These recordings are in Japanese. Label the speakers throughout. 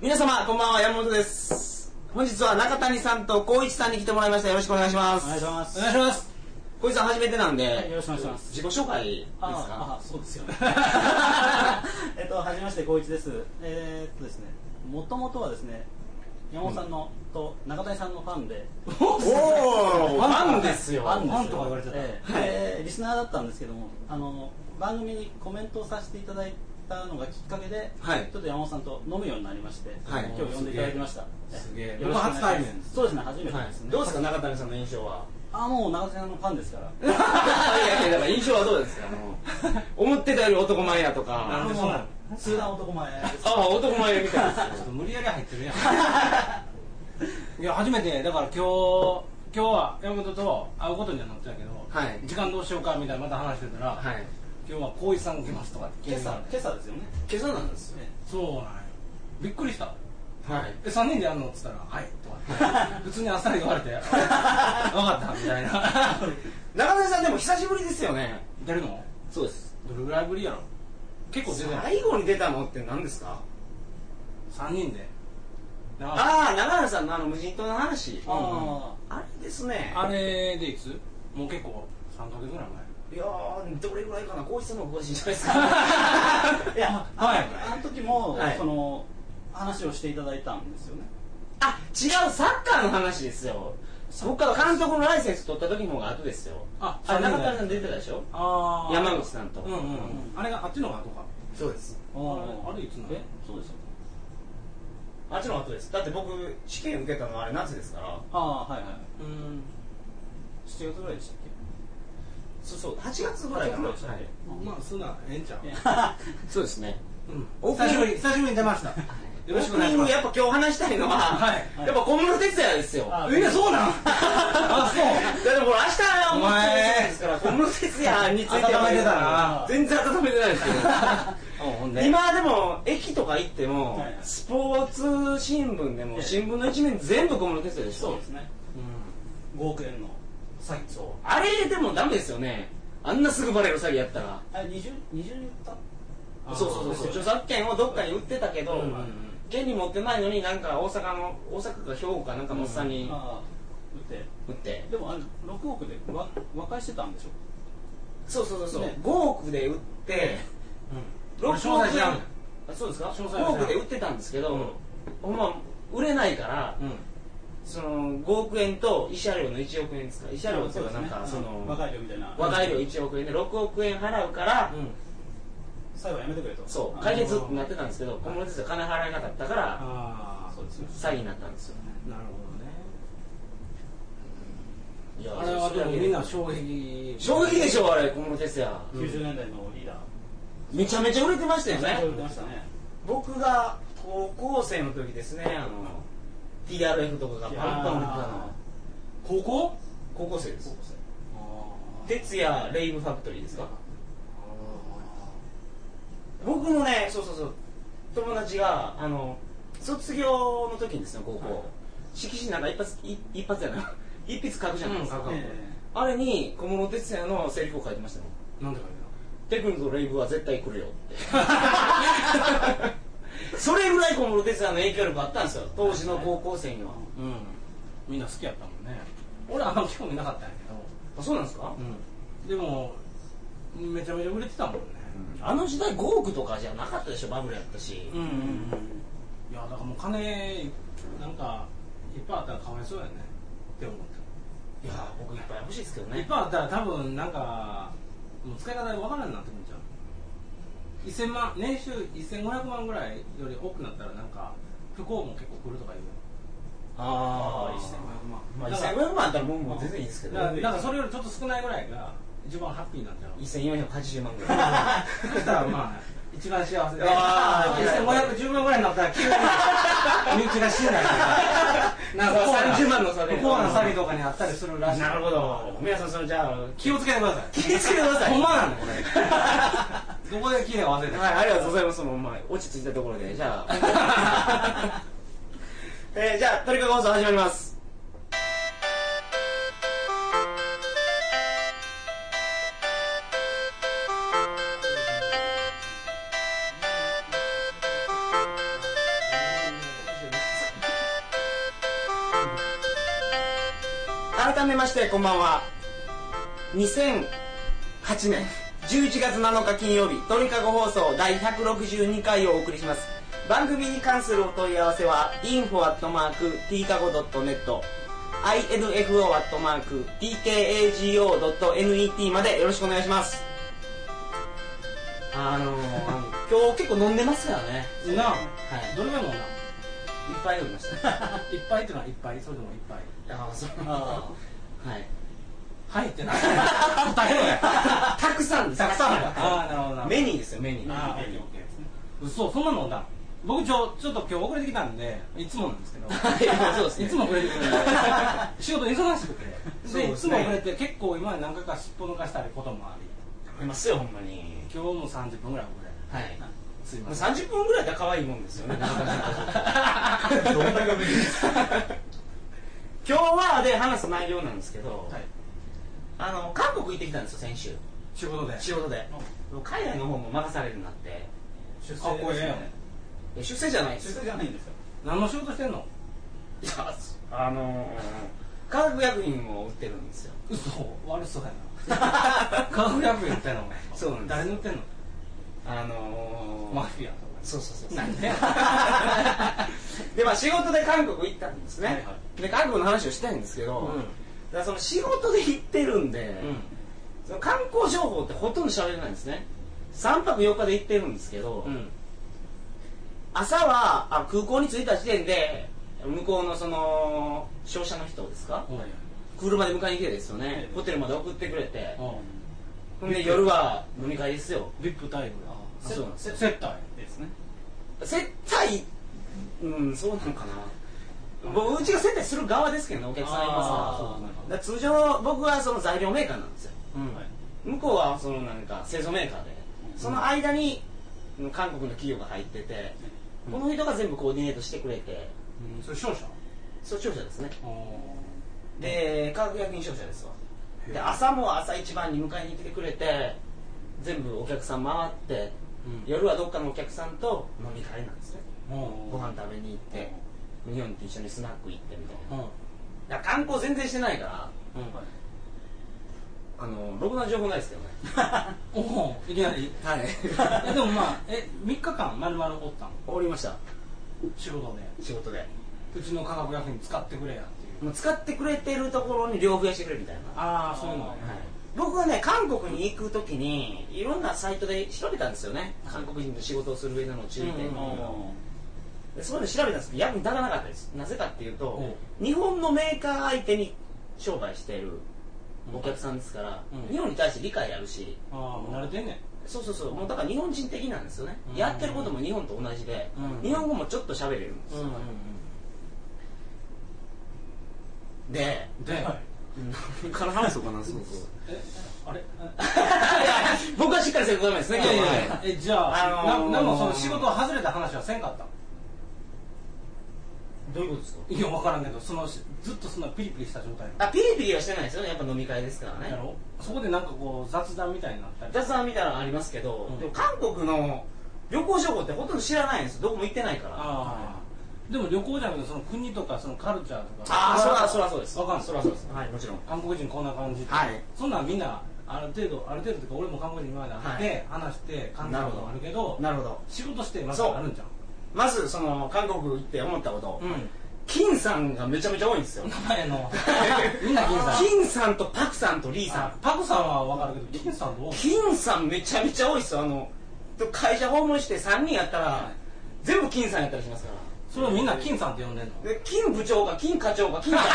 Speaker 1: 皆様こんばんは、山本です。本日は中谷さんと光一さんに来てもらいました。よろしくお願いします。
Speaker 2: お願いします。
Speaker 1: お願いします。光一さん初めてなんで、
Speaker 2: はい、よろしくお願いします。
Speaker 1: 自己紹介ですか？
Speaker 2: そうですよね。はじめまして、光一です。ですね、もともとはですね、山本さんのと中谷さんのファンで、
Speaker 1: おー、ファンですよ。
Speaker 2: ファン
Speaker 3: とか言われて
Speaker 2: た。リスナーだったんですけども、番組にコメントをさせていただいたのがきっかけで、ちょっと山本さんと飲むようになりまして、今日呼んでいただきました。
Speaker 3: すげえ。
Speaker 2: よろしくお願いします。
Speaker 3: 初対面です。
Speaker 2: そうですね、初めてですね。
Speaker 1: どうですか、中谷さんの印象は？
Speaker 2: もう中谷さんのファンですから。
Speaker 1: いやだから印象はどうですか？思ってたより男前やとか。
Speaker 2: そうなの。普通な男前です。
Speaker 1: 男前みたいです。
Speaker 3: ちょっと無理やり入ってるやん。いや初めてだから今日は山本と会うことにはなってたけど、時間どうしようかみたいなまた話してたら、今日は光一さん来ますとかって
Speaker 2: 今朝ですよね。
Speaker 1: 今朝なんですよ。
Speaker 3: そうなんよ。びっくりした。
Speaker 1: はい。
Speaker 3: 3人でやるのっつったらはいとか普通にあっさり言われて分かったみたいな。
Speaker 1: 中谷さんでも久しぶりですよね。
Speaker 3: 出るの？
Speaker 1: そうです。
Speaker 3: どれぐらいぶりやろ？結構出てない。
Speaker 1: 最後に出たのって何ですか
Speaker 3: ？3人で。
Speaker 1: 長原さんの無人島の話。あれですね。
Speaker 3: あれでいつ？もう結構3ヶ月ぐらい
Speaker 1: 前。いやー、どれぐらいかな。光一さんの方が詳しいじゃないですか。
Speaker 2: いや、あの時もその話をしていただいたんですよね。
Speaker 1: 違う、サッカーの話ですよ。僕から監督のライセンス取った時の方が後ですよ。中谷さん出てたでしょ。山口さんと。
Speaker 3: あれがあっちの方が後か。
Speaker 1: そうです。
Speaker 3: あれいつなの？
Speaker 2: そうですよ。
Speaker 1: あっちの後です。だって僕試験受けたのはあれ夏ですから。
Speaker 2: はいはい。7月ぐらいでしたっけ？
Speaker 1: そう、8月ぐらいかな。
Speaker 3: まあそんなええんちゃう？
Speaker 1: そうですね。
Speaker 3: 久しぶりに出ました。よろしくお願いします。
Speaker 1: やっぱ今日話したいのは、やっぱ小室哲哉ですよ。
Speaker 3: そうなん？そう。
Speaker 1: だってこれ明日お前ですから、小室哲哉について
Speaker 3: 温めてたな。
Speaker 1: 全然温めてないですけど。今でも駅とか行ってもスポーツ新聞でも新聞の一面全部小室哲哉でしょ。
Speaker 2: そうですね。5億円の詐欺。
Speaker 1: あれでもダメですよね。あんなすぐバレる詐欺やったら。
Speaker 2: 20人言った？
Speaker 1: そう著作権をどっかに売ってたけど、権利持ってないのになんか大阪か兵庫かなんかのおっさんに売って
Speaker 2: でもあれ6億で和解してたんでしょ。
Speaker 1: そう5億で売って6億円、そうですか、5億で売ってたんですけど、ほんま売れないからその5億円と慰謝料の1億円ですか、慰謝料っていうかなんかその
Speaker 2: 和解料みたいな、
Speaker 1: 和解料1億円で6億円払うから
Speaker 2: 最後やめてくれと。
Speaker 1: そう解決ってなってたんですけど、小室哲哉金払えなかったから詐欺になったんですよ。
Speaker 3: なるほどね。
Speaker 1: いや
Speaker 3: あれはでもみんな衝撃
Speaker 1: でしょ。あれ小室哲哉
Speaker 2: 90年代のリーダー
Speaker 1: めちゃめちゃ売れてましたよね。
Speaker 2: 売れてましたね。
Speaker 1: 僕が高校生の時ですね、TRF とかがパンパン売れてたの。高校生です。哲也レイブファクトリーですか。僕のね、友達が卒業の時にですね、高校色紙なんか一筆やな一筆書くじゃないですか。あれに小室哲哉のセリフを書いてましたよ。
Speaker 3: なんで書いて
Speaker 1: テクニとレイブは絶対来るよってそれぐらい小室哲哉の影響力あったんですよ、当時の高校生には。
Speaker 3: みんな好きやったもんね。俺はあんま興味なかったんやけど。
Speaker 1: そうなんですか。
Speaker 3: でもめちゃめちゃ売れてたもんね。
Speaker 1: あの時代5億とかじゃなかったでしょ、バブルやったし。い
Speaker 3: やだからもう金なんかいっぱいあったらかわいそうやねって思った。
Speaker 1: いや僕いっぱい欲しいですけどね。
Speaker 3: いっぱいあったら多分なんかもう使い方わからんなって思っちゃう。1000万年収1500万ぐらいより多くなったらなんか不幸も結構来るとか言うよ。
Speaker 1: 1500万。1500万あったらもう全然いいですけど。
Speaker 3: なんかそれよりちょっと少ないぐらいが一番ハッピーになっちゃう。
Speaker 1: 1480万ぐらい。
Speaker 3: そしたらまあ一番幸せで。1510万ぐらいになったら急に身内が死んだりとか。なんか
Speaker 1: 30万の差で。
Speaker 3: 不幸な詐欺とかにあったりするらしい。
Speaker 1: なるほど。皆さんそれじゃあ
Speaker 3: 気をつけてください。
Speaker 1: 気をつけてください。
Speaker 3: ほんまなんだこれ。どこで聞いたか忘れた。
Speaker 1: はい、ありがとうございます。落ち着いたところでじゃあ。じゃあトリカゴ放送始まります。 改めましてこんばんは。2008年11月7日金曜日、鳥かご放送第162回をお送りします。番組に関するお問い合わせは info@tkago.net info@tkago.net までよろしくお願いします。今日結構飲んでますからね。
Speaker 3: なあ、はい、どれぐらい飲んだ？
Speaker 1: いっぱい飲みました。
Speaker 3: いっぱいってのはいっぱい、それでもいっぱい。
Speaker 1: ああ、そう。はい
Speaker 3: はいってな答えろや。
Speaker 1: たくさんです。
Speaker 3: たくさん。ああ、なるほど。
Speaker 1: メニューですよ、メニュー。
Speaker 3: ああ、オッケーオッケー。嘘、そんなの飲んだ。僕ちょっと今日遅れてきたんで、いつもなんですけど。
Speaker 1: そうですね。
Speaker 3: いつも遅れてくるんで。仕事忙しくて。で、いつも遅れて結構今まで何回かすっぽ抜かしたりこともあり。
Speaker 1: ありますよ、ほんまに。
Speaker 3: 今日も30分ぐらい遅れ。
Speaker 1: はい。
Speaker 3: すいません。
Speaker 1: 30分ぐらいで可愛いもんですよね。どんな画面ですか。今日はで話す内容なんですけど、韓国行ってきたんですよ、先週。
Speaker 3: 仕事で。
Speaker 1: 海外の方も任されるようになって。
Speaker 3: 出世ですね。
Speaker 1: 出世じゃないです。
Speaker 2: 出世じゃないんですよ。
Speaker 3: 何の仕事してんの？
Speaker 1: いや、化学薬品を売ってるんですよ。
Speaker 3: 嘘、悪そうやな。化学薬品売ってんの？
Speaker 1: そうなんです。
Speaker 3: 誰に売ってんの？マフィアとか。
Speaker 1: そう。
Speaker 3: なんで？
Speaker 1: で、まあ仕事で韓国行ったんですね。で、韓国の話をしたいんですけど、だからその仕事で行ってるんで、その観光情報ってほとんど喋れないんですね。3泊4日で行ってるんですけど、朝は空港に着いた時点で向こうのその商社の人ですか、車で迎えに来てですよね、ホテルまで送ってくれて、ほんで夜は飲み会ですよ。
Speaker 3: ビップタイム。
Speaker 1: そうなんですよ。
Speaker 3: 接待ですね。
Speaker 1: 接待、そうなのかな。うちが接待する側ですけどね、お客さんいますから。通常僕はその材料メーカーなんですよ。向こうはそのなんか製造メーカーで、その間に韓国の企業が入ってて、この人が全部コーディネートしてくれて。
Speaker 3: それ商社？
Speaker 1: そう、商社ですね。で、化学薬品商社ですわ。で、朝も朝一番に迎えに来てくれて、全部お客さん回って、夜はどっかのお客さんと飲み会なんですね。ご飯食べに行って、日本と一緒にスナック行ってみたいな。だから観光全然してないから、ろくな情報ないですけどね。
Speaker 3: おお、いきなり。
Speaker 1: はい。
Speaker 3: でもまあ、3日間丸々おったん？
Speaker 1: おりました。
Speaker 3: 仕事で。うちの化学薬品使ってくれやっていう。
Speaker 1: もう使ってくれてるところに量増やしてくれみたいな。
Speaker 3: ああ、そういうの。
Speaker 1: 僕はね、韓国に行くときにいろんなサイトで調べたんですよね。韓国人と仕事をする上での注意点で、そういうの調べたんですけど役に立たなかったです。なぜかっていうと、日本のメーカー相手に商売しているお客さんですから、日本に対して理解あるし、
Speaker 3: 慣れてんねん。
Speaker 1: そう、もうだから日本人的なんですよね。やってることも日本と同じで、日本語もちょっと喋れるんですよ。で、から話そうかな。
Speaker 3: あれ
Speaker 1: 僕はしっかりせるとダメですね。
Speaker 3: じゃあ、何もその仕事外れた話はせんかった？
Speaker 1: どういうことですか？
Speaker 3: いや、分からんけど、ずっとそんなピリピリした状態。
Speaker 1: ピリピリはしてないですよね。やっぱ飲み会ですからね。
Speaker 3: そこでなんかこう雑談みたいになったり。
Speaker 1: 雑談みたいなのありますけど、でも韓国の旅行情報ってほとんど知らないんですよ。どこも行ってないから。
Speaker 3: でも旅行じゃなくてその国とかそのカルチャーと
Speaker 1: か。そらそうです。
Speaker 3: わかんない。
Speaker 1: そらそうです。はい、もちろん。
Speaker 3: 韓国人こんな感じ。そんなんみんなある程度というか俺も韓国人に前で会って話して感じることもあるけど、仕事してまずあるんじゃん。
Speaker 1: まずその韓国行って思ったこと。金さんがめちゃめちゃ多いんですよ。
Speaker 3: 名前のみんな金さん。
Speaker 1: 金さんとパクさんとリーさん。
Speaker 3: パクさんは分かるけど金さんどう？
Speaker 1: 金さんめちゃめちゃ多いですよ。会社訪問して3人やったら全部金さんやったりしますから。
Speaker 3: それをみんな金さんって呼んでんの？
Speaker 1: で、金部長か金課長か金さん。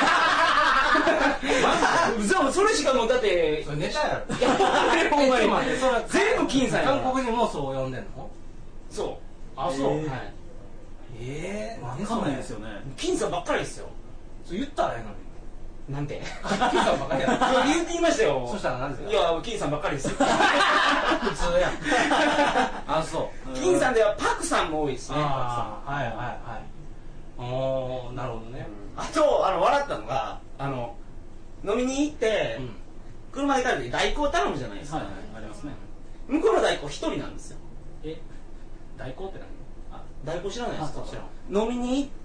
Speaker 1: それしかもうだって。
Speaker 3: それネタやろ。
Speaker 1: 全部金さんや。
Speaker 3: 韓国人もそう呼んでんの？
Speaker 1: そう。
Speaker 3: あ、そう。
Speaker 1: はい。
Speaker 2: 分かんないですよね。
Speaker 1: 金さんばっかりですよ。
Speaker 3: そう言ったらええのに。
Speaker 1: なんて？
Speaker 3: 金さんばっかりや。
Speaker 1: 言って言いましたよ。
Speaker 3: そしたら何ですか？
Speaker 1: いや、金さんばっかりですよ。普
Speaker 3: 通やん。あ、そう。
Speaker 1: 金さんではパクさんも多いですね。
Speaker 3: はい。おー、なるほどね。
Speaker 1: あと笑ったのが飲みに行って車で帰る時代行頼むじゃないですか。
Speaker 2: ありますね。
Speaker 1: 向こうの代行1人なんですよ。
Speaker 3: 代行って
Speaker 1: 代行知らないですか？飲みに行って、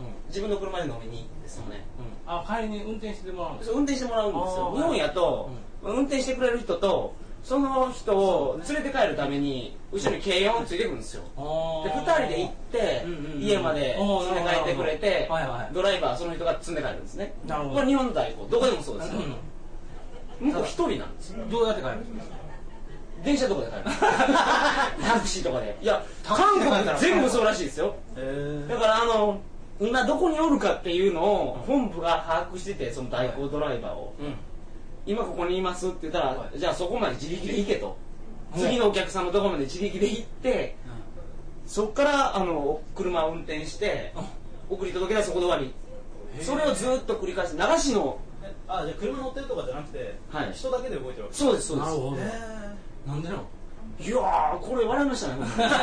Speaker 1: 自分の車で飲みに行ってですよね。
Speaker 3: あ、帰りに運転してもらうんですか？
Speaker 1: 運転してもらうんですよ。日本やと、運転してくれる人とその人を連れて帰るために後ろに軽4ついてくるんですよ。で2人で行って家まで連れて帰ってくれて、ドライバーその人が積んで帰るんですね。これ日本の代行どこでもそうですよ。向こう1人なんですよ。
Speaker 3: どうやって帰るんですか？
Speaker 1: 電車とかで帰るタクシーとかで。いや韓国全部そうらしいですよ。だから今どこにおるかっていうのを本部が把握してて、その代行ドライバーを、今ここにいますって言ったら、じゃあそこまで自力で行けと、次のお客さんのところまで自力で行って、そこから車を運転して送り届けたらそこで終わり。それをずっと繰り返して流しの。
Speaker 2: じゃあ車乗ってるとかじゃなくて、人だけで動いてるわけ？
Speaker 1: そうですそうです。
Speaker 3: なるほど。なんでなの？
Speaker 1: いやーこれ笑いましたね。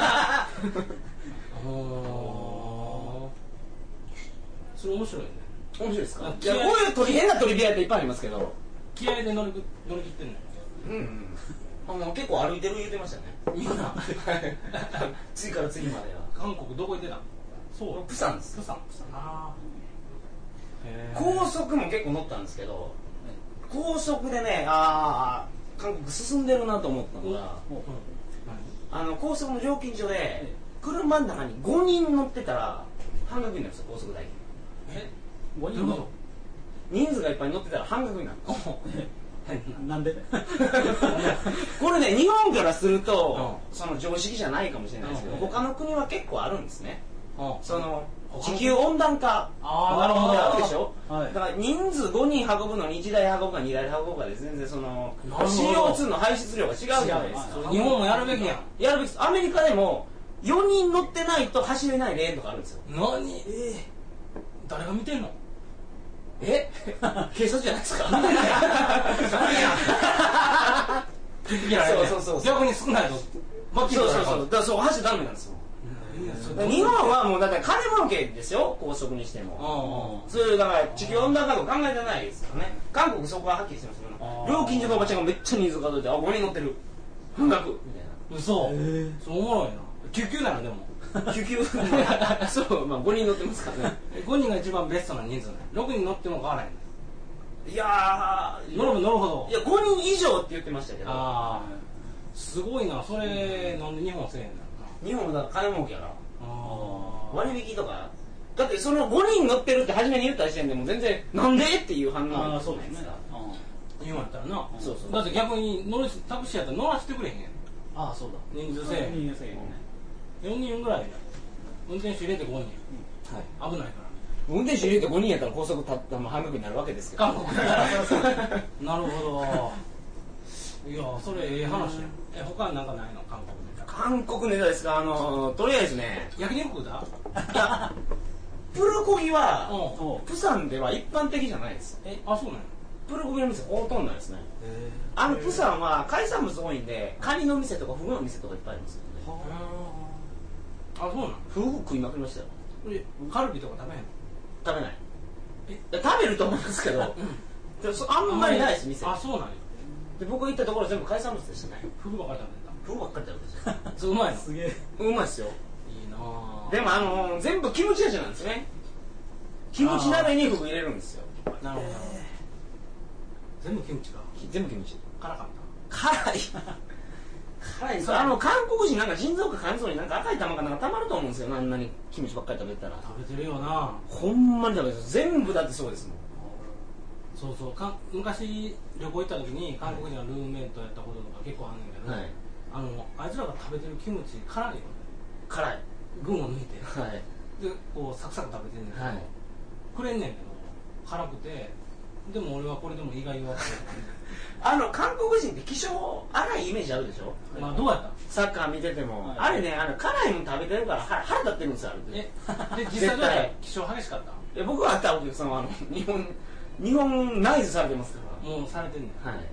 Speaker 3: それ面白いね。
Speaker 1: 面白いですか？いやこういう変なトリビアっていっぱいありますけど、
Speaker 3: 気合で乗り切ってんの。
Speaker 1: 結構歩いてる言ってましたね、
Speaker 3: みんな。
Speaker 1: 次から次までは。
Speaker 3: 韓国どこ行ってた？
Speaker 1: そうプサンです。
Speaker 3: プサン。
Speaker 1: 高速も結構乗ったんですけど、高速でね、韓国進んでるなと思ったのが、高速の料金所で車の中に5人乗ってたら半額になるんですよ、高速代金。
Speaker 2: 5人の
Speaker 1: 人数がいっぱい乗ってたら半額になるんですよ。
Speaker 2: なんで？
Speaker 1: これね、日本からするとその常識じゃないかもしれないですけど、他の国は結構あるんですね。その地球温暖化あるでしょ。だから人数5人運ぶのに1台運ぶか2台運ぶかで全然その CO2 の排出量が違うじゃないですか。
Speaker 3: 日本もやるべきやん。
Speaker 1: やるべきです。アメリカでも4人乗ってないと走れないレーンとかあるんですよ。
Speaker 3: 何？誰が見てんの？
Speaker 1: 警察じゃないですか。そう
Speaker 3: 逆に少ないと。
Speaker 1: だからそう走っちゃダメなんですよ。日本はもうだって金儲けですよ、高速にしても。それだから地球温暖化とか考えてないですからね。韓国そこははっきりしてますよ。料金所のおばちゃんがめっちゃ人数数えて、5人乗ってる半額みたいな。
Speaker 3: 嘘。そうおもろいな。救急なのでも。
Speaker 1: 救急そう5人乗ってますからね。
Speaker 3: 5人が一番ベストな人数ね。6人乗っても変わらない。
Speaker 1: いや
Speaker 3: 乗るほど。
Speaker 1: いや5人以上って言ってましたけど。
Speaker 3: すごいな。それなんで日本せえへんの？
Speaker 1: 日本だから金儲けやから割引とか。だってその5人乗ってるって初めに言った時点でもう全然なんでっていう反応がそうですね。
Speaker 3: 日本やったらな。
Speaker 1: そう
Speaker 3: だって逆にタクシーやったら乗らせてくれへんやん。
Speaker 2: そうだ。
Speaker 3: 人数制限4人ぐらい運転手入れて5人、危ないから。
Speaker 1: 運転手入れて5人やったら高速半額になるわけですけど。
Speaker 3: なるほど。いやそれええ話やん。他になんかないの？
Speaker 1: 韓国ネタですか？とりあえずね、
Speaker 3: 焼肉だ？
Speaker 1: いやプルコギはプサンでは一般的じゃないです。
Speaker 3: そうなの？
Speaker 1: プルコギの店ほとんどないですね。プサンは海産物多いんで、カニの店とかフグの店とかいっぱいありますよね。
Speaker 3: そうなの？
Speaker 1: フグ食いまくりましたよ。
Speaker 3: カルビとか食べへんの？
Speaker 1: 食べない。食べると思いますけど、あんまりないです、店。
Speaker 3: そうなんや。
Speaker 1: で僕行ったところ全部海産物でしたね。
Speaker 3: フグばっかり食べてた。
Speaker 1: フグばっかり食べてた。
Speaker 3: そううまいの？
Speaker 2: すげえ
Speaker 1: うまいですよ。
Speaker 3: いいなぁ。
Speaker 1: でも全部キムチ味なんですね。キムチ鍋にフグ入れるんですよ。
Speaker 3: なるほど。全部キムチか。
Speaker 1: 全部キムチ。
Speaker 3: 辛かった？
Speaker 1: 辛い。韓国人なんか腎臓か肝臓になんか赤い玉かなんかたまると思うんですよ。あんなにキムチばっかり食べてたら。
Speaker 3: 食べてるよな。
Speaker 1: ほんまに食べてる。全部だってそうですもん。
Speaker 3: そう昔旅行行った時に韓国人がルームメイトやったこととか結構あるんだけど、あいつらが食べてるキムチ辛いよね。
Speaker 1: 辛い。
Speaker 3: 群を抜いて、
Speaker 1: で
Speaker 3: こうサクサク食べてんねんけど、くれんねんけど辛くて、でも俺はこれでも意外は
Speaker 1: 韓国人って気性荒いイメージあるでしょ。
Speaker 3: どうやった？
Speaker 1: サッカー見てても、あれね、辛いもの食べてるから腹立ってるんですよ。
Speaker 3: で実際どうやった？気性激しかった？
Speaker 1: 僕は会ったお客さんは日本ナイズされてますから。
Speaker 3: もうされてんねん。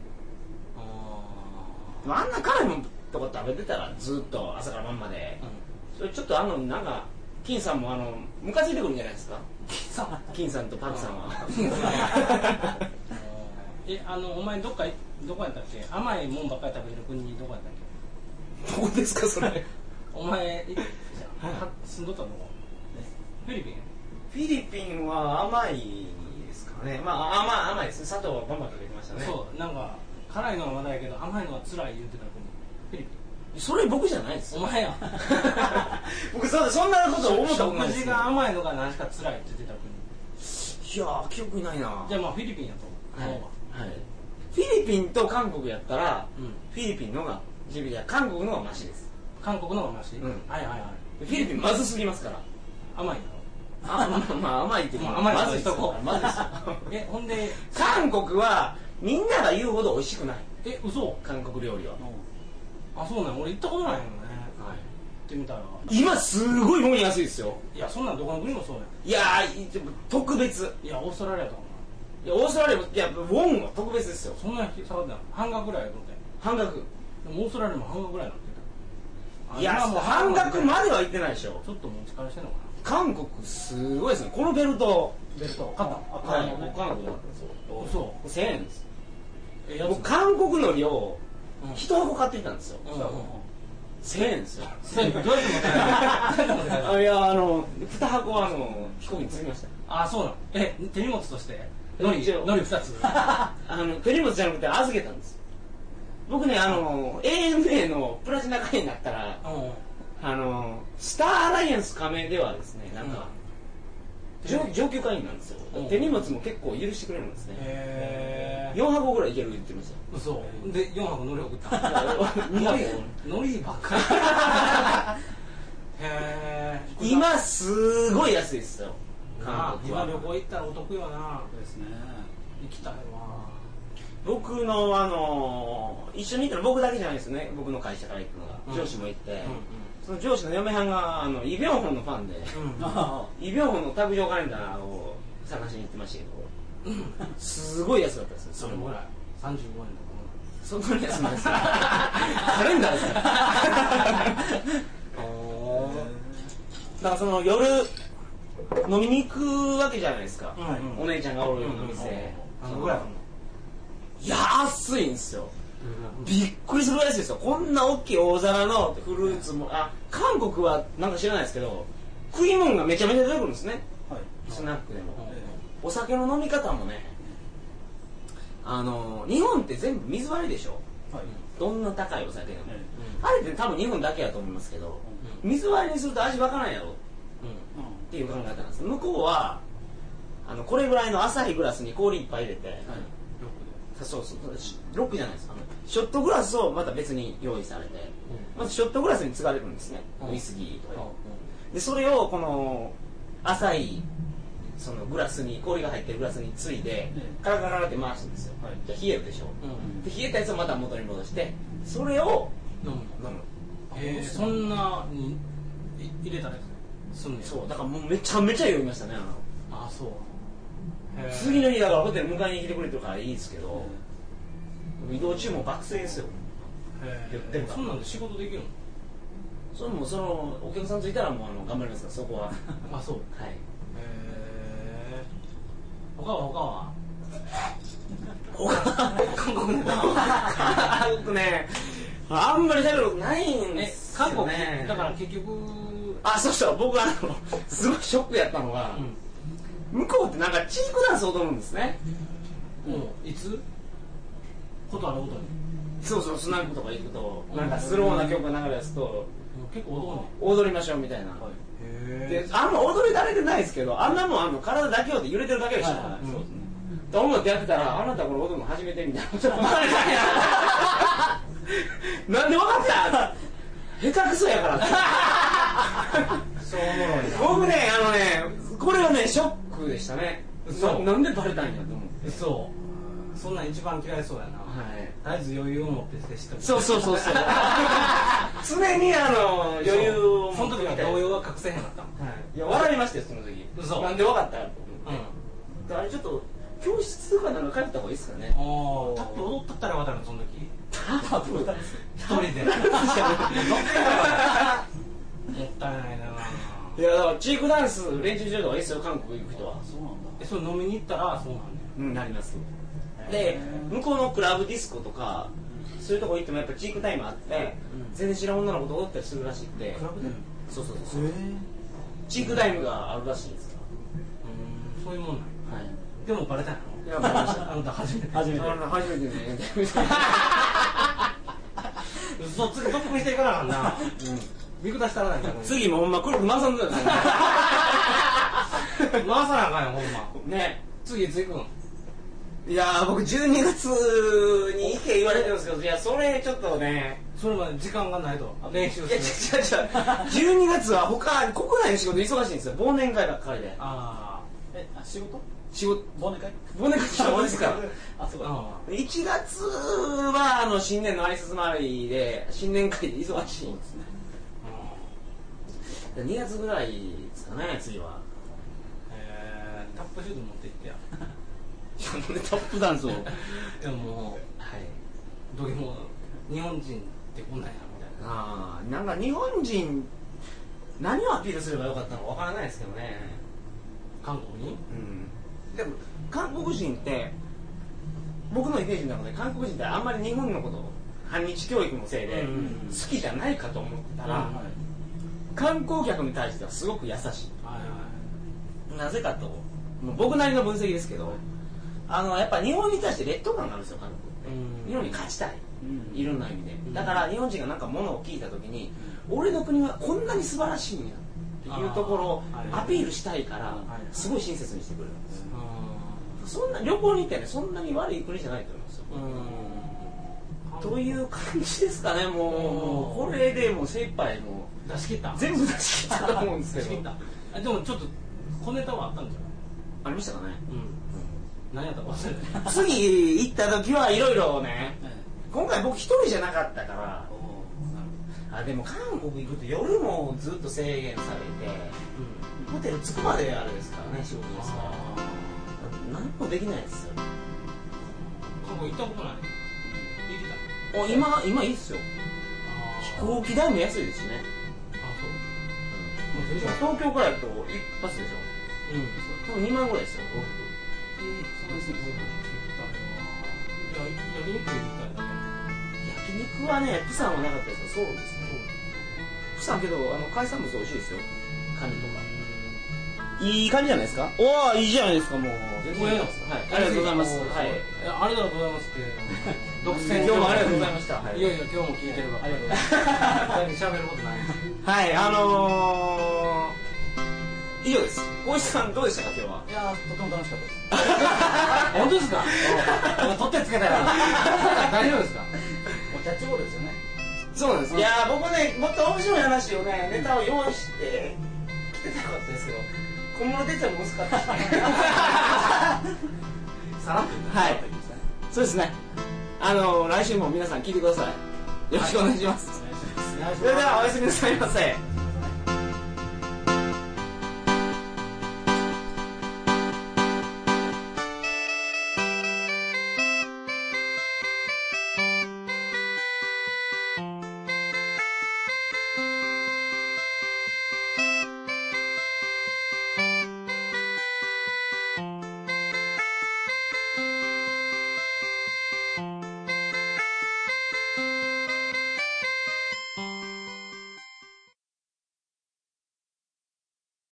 Speaker 1: あんな辛いもんとか食べてたらずっと朝から晩まで、それちょっとなんか金さんもムカついてくるんじゃないですか。金さんとパクさんは。
Speaker 3: お前どこやったっけ？甘いもんばっかり食べてる国どこやったっけ？
Speaker 1: どこですかそれ。
Speaker 3: お前住んどったのフィリピン？
Speaker 1: フィリピンは甘いですかね。まあ甘いですね。砂糖はバンバンかけてましたね。
Speaker 3: そうなんか辛いのはまだやけど甘いのは辛い言ってた国フィリピン。
Speaker 1: それ僕じゃないです
Speaker 3: よ。お前や
Speaker 1: 僕そんなこと思ったことないです。
Speaker 3: 食事が甘いのが何しか辛いって言ってた国。
Speaker 1: いや記憶ないな。
Speaker 3: じゃあまあフィリピンやと思う。
Speaker 1: はい。フィリピンと韓国やったら、フィリピンのが韓国のがマシです。
Speaker 3: 韓国のがマシ？はいはいはい。
Speaker 1: フィリピンまずすぎますから。
Speaker 3: 甘いの？
Speaker 1: まあ甘いって
Speaker 3: 甘いまずいとこ。
Speaker 1: まずいですよ。
Speaker 3: ほんで
Speaker 1: 韓国はみんなが言うほど美味しくない。
Speaker 3: 嘘？
Speaker 1: 韓国料理は。
Speaker 3: あ、そうなん。俺行ったことないよね。はい。行ってみたら。
Speaker 1: 今すごいもん安いですよ。
Speaker 3: いやそんなんどこの国もそうや。
Speaker 1: いや特別。
Speaker 3: いやオーストラリアとか。
Speaker 1: いやオーストラリアもウォンは特別ですよ。
Speaker 3: そんな下がってない。半額ぐらいやと思って。
Speaker 1: 半額。
Speaker 3: でもオーストラリアも半額ぐらいになってた。
Speaker 1: いやもう半額までは行ってないでしょ。
Speaker 3: ちょっと持ち返してんのかな。
Speaker 1: 韓国すごいですね。このベルト
Speaker 3: 買った。
Speaker 1: はい。僕韓国だったんですよ。
Speaker 3: そう。
Speaker 1: 1000円です。僕韓国のりを一箱買ってきたんですよ。1000円ですよ。
Speaker 3: どうやって持ってた？
Speaker 1: いや2箱は飛行機に積みました。
Speaker 3: あ、そうなの。手荷物として海苔2つ。
Speaker 1: 手荷物じゃなくて預けたんです。僕ねANA のプラチナ会員になったらスターアライアンス加盟ではですねなんか上級会員なんですよ。手荷物も結構許してくれるんですね。4箱ぐらいいける言ってました。
Speaker 3: 嘘で4箱海苔送った。海苔ばっかり。へえ。
Speaker 1: 今すごい安いですよ。
Speaker 3: 今旅行行ったらお得よな。ですね。行きたいわ。
Speaker 1: 僕の一緒に行ったの僕だけじゃないですね。僕の会社から行くのが上司も行って、その上司の嫁はんがイ・ビョンホンのファンで、イ・ビョンホンの卓上カレンダーを探しに行ってましたけど、すごい安かったですね。
Speaker 3: それも35円とか。
Speaker 1: そんなに安ないですよ。カレンダーですから。だからその夜飲みに行くわけじゃないですか。お姉ちゃんがおるお店。安いんですよ。びっくりするぐらいですよ。こんな大きい大皿のフルーツも韓国はなんか知らないですけど食い物がめちゃめちゃ出てくるんですね。スナックでもお酒の飲み方もね日本って全部水割りでしょ。どんな高いお酒でもあれって多分日本だけやと思いますけど水割りにすると味わからないやろっていう考え方なんです。向こうはこれぐらいの浅いグラスに氷いっぱい入れてそうロックじゃないですか。ショットグラスをまた別に用意されてまずショットグラスに継がれるんですね。ウイスキーとかでそれをこの浅いそのグラスに氷が入ってるグラスについでカラカラって回すんですよ。じゃあ冷えるでしょ。で冷えたやつをまた元に戻してそれを飲む。
Speaker 3: そんなに入れたら
Speaker 1: そうだからもうめちゃめちゃ酔いましたね。
Speaker 3: あ、そう。
Speaker 1: 次の日だからホテル迎えに来てくれてるからいいですけど移動中も爆睡ですよ。
Speaker 3: 言ってるからそんなんで仕事できるの？
Speaker 1: それもそのお客さんついたらもう頑張りますからそこは。
Speaker 3: あ、そう。
Speaker 1: はい。
Speaker 3: 他は
Speaker 1: 韓国ネタ韓国ねあんまり食べることないんですよね。
Speaker 3: 韓国だから結局
Speaker 1: そう僕すごいショックやったのが、向こうってなんかチークダンス踊るんですね。
Speaker 3: いつ？ことあるごとに。
Speaker 1: そうスナックとか行くとなんかスローな曲が流れ出すと
Speaker 3: 結構
Speaker 1: 踊りましょうみたいな。であんま踊り慣れてないですけどあんなもん体だけをで揺れてるだけでしょ。と思ってやってたらあなたこれ踊るの初めてみたいなこと言われたんや。なんで分かった下手くそやからって。
Speaker 3: そうおもろいな。
Speaker 1: 僕ねこれはねショックでしたね。なんでバレたんやと思って。
Speaker 3: そんなん一番嫌いそうやな。絶えず余裕を持って接して
Speaker 1: そう常に余裕を
Speaker 3: その時は動揺は隠せへんかった。
Speaker 1: いや笑いましたよその時。なんで分かったと思って。あれちょっと教室とかなんか帰った方がいいですかね。
Speaker 3: タップ踊ったったら分かったのその時。
Speaker 1: タップ
Speaker 3: 一人で。もったいないな。
Speaker 1: いやだからチークダンス練習してるとかいいですよ韓国行く人は。
Speaker 3: そうなんだ。それ飲みに行ったらそうなんだ。
Speaker 1: なります。で向こうのクラブディスコとかそういうとこ行ってもやっぱチークタイムあって全然知らん女の子と踊ったりするらしくて。 そうチークダイムがあるらしいですから。
Speaker 3: そういうもんなん。はい。でもバレたんやろ。
Speaker 1: いやバレました。
Speaker 3: あなた初めて
Speaker 1: ね。
Speaker 3: 嘘つき特訓していかなあかんな。見下したらないんだ。
Speaker 1: 次もほんまくるくる回さんだよ。回
Speaker 3: さなあかんよほんま。
Speaker 1: ね。
Speaker 3: 次いつ行くん？
Speaker 1: いや僕12月に行け言われてるんですけど、いやそれちょっとね。
Speaker 3: それまで時間がないと練習する。
Speaker 1: いや違う12月は他国内の仕事忙しいんですよ。忘年会ばっかりで。
Speaker 2: 仕事
Speaker 1: 忘年会ですから。
Speaker 2: あ、そうか。
Speaker 1: 1月は新年の挨拶回りで新年会で忙しいんですね。2月ぐらいですかね次は。
Speaker 3: タップシューズ持って行ってや。
Speaker 1: タップダンスを。
Speaker 3: でもどうも日本人ってこんなんやみたいな。
Speaker 1: なんか日本人何をアピールすればよかったのかわからないですけどね。
Speaker 3: 韓国に？
Speaker 1: でも韓国人って僕のイメージの中で韓国人ってあんまり日本のこと反日教育のせいで好きじゃないかと思ったら、観光客に対してはすごく優しい。なぜかと僕なりの分析ですけど、やっぱ日本に対して劣等感があるんですよ韓国って。日本に勝ちたい、いろんな意味で。だから日本人がなんかものを聞いた時に、俺の国はこんなに素晴らしいんやっていうところをアピールしたいからすごい親切にしてくれるんですよ。そんな旅行に行ってね、そんなに悪い国じゃないと思いますよ。という感じですかね。もうこれでもう精一杯もう
Speaker 3: 出し切った。
Speaker 1: 全部出し切ったと思うんですけど。
Speaker 3: でもちょっと小ネタはあったんじゃない？
Speaker 1: ありましたかね。
Speaker 3: 何やったか忘れて。
Speaker 1: 次行った時はいろいろね。今回僕一人じゃなかったから。でも韓国行くと夜もずっと制限されて、ホテル着くまであれですからね、仕事ですから。何もできないですよ。
Speaker 3: 韓国行ったことない？
Speaker 1: 行きたい。今いいっすよ。飛行機代も安いですしね。東京からだと一発でしょ。多分2万ぐらいですよ。焼肉はね、プサンはなかったですけど、そうですね。プサンけど海産物美味しいですよ。カニとか。いい感じじゃないですか。おお、いいじゃないですか。もう全然。はい、ありがとうございます。はい、
Speaker 3: ありがとうございますって独占。
Speaker 1: 今日もありがとうございました。
Speaker 3: いやいや、今日も聞いてるわ。ありがとうございます。喋ることない。
Speaker 1: はい、以上です。大石さんどうでしたか今日は。
Speaker 2: いやとても楽しかったです。
Speaker 3: 本当ですか？取ってつけたよ。大丈夫ですか？
Speaker 2: キャッチボールですよね。
Speaker 1: そうなんです。いや僕ね、もっと面白い話をね、ネタを用意して来てたかったですけど、小室哲哉も難かったしね。
Speaker 2: さらっと
Speaker 1: はい。そうですね。来週も皆さん聞いてください。よろしくお願いします。それではおやすみなさいませ。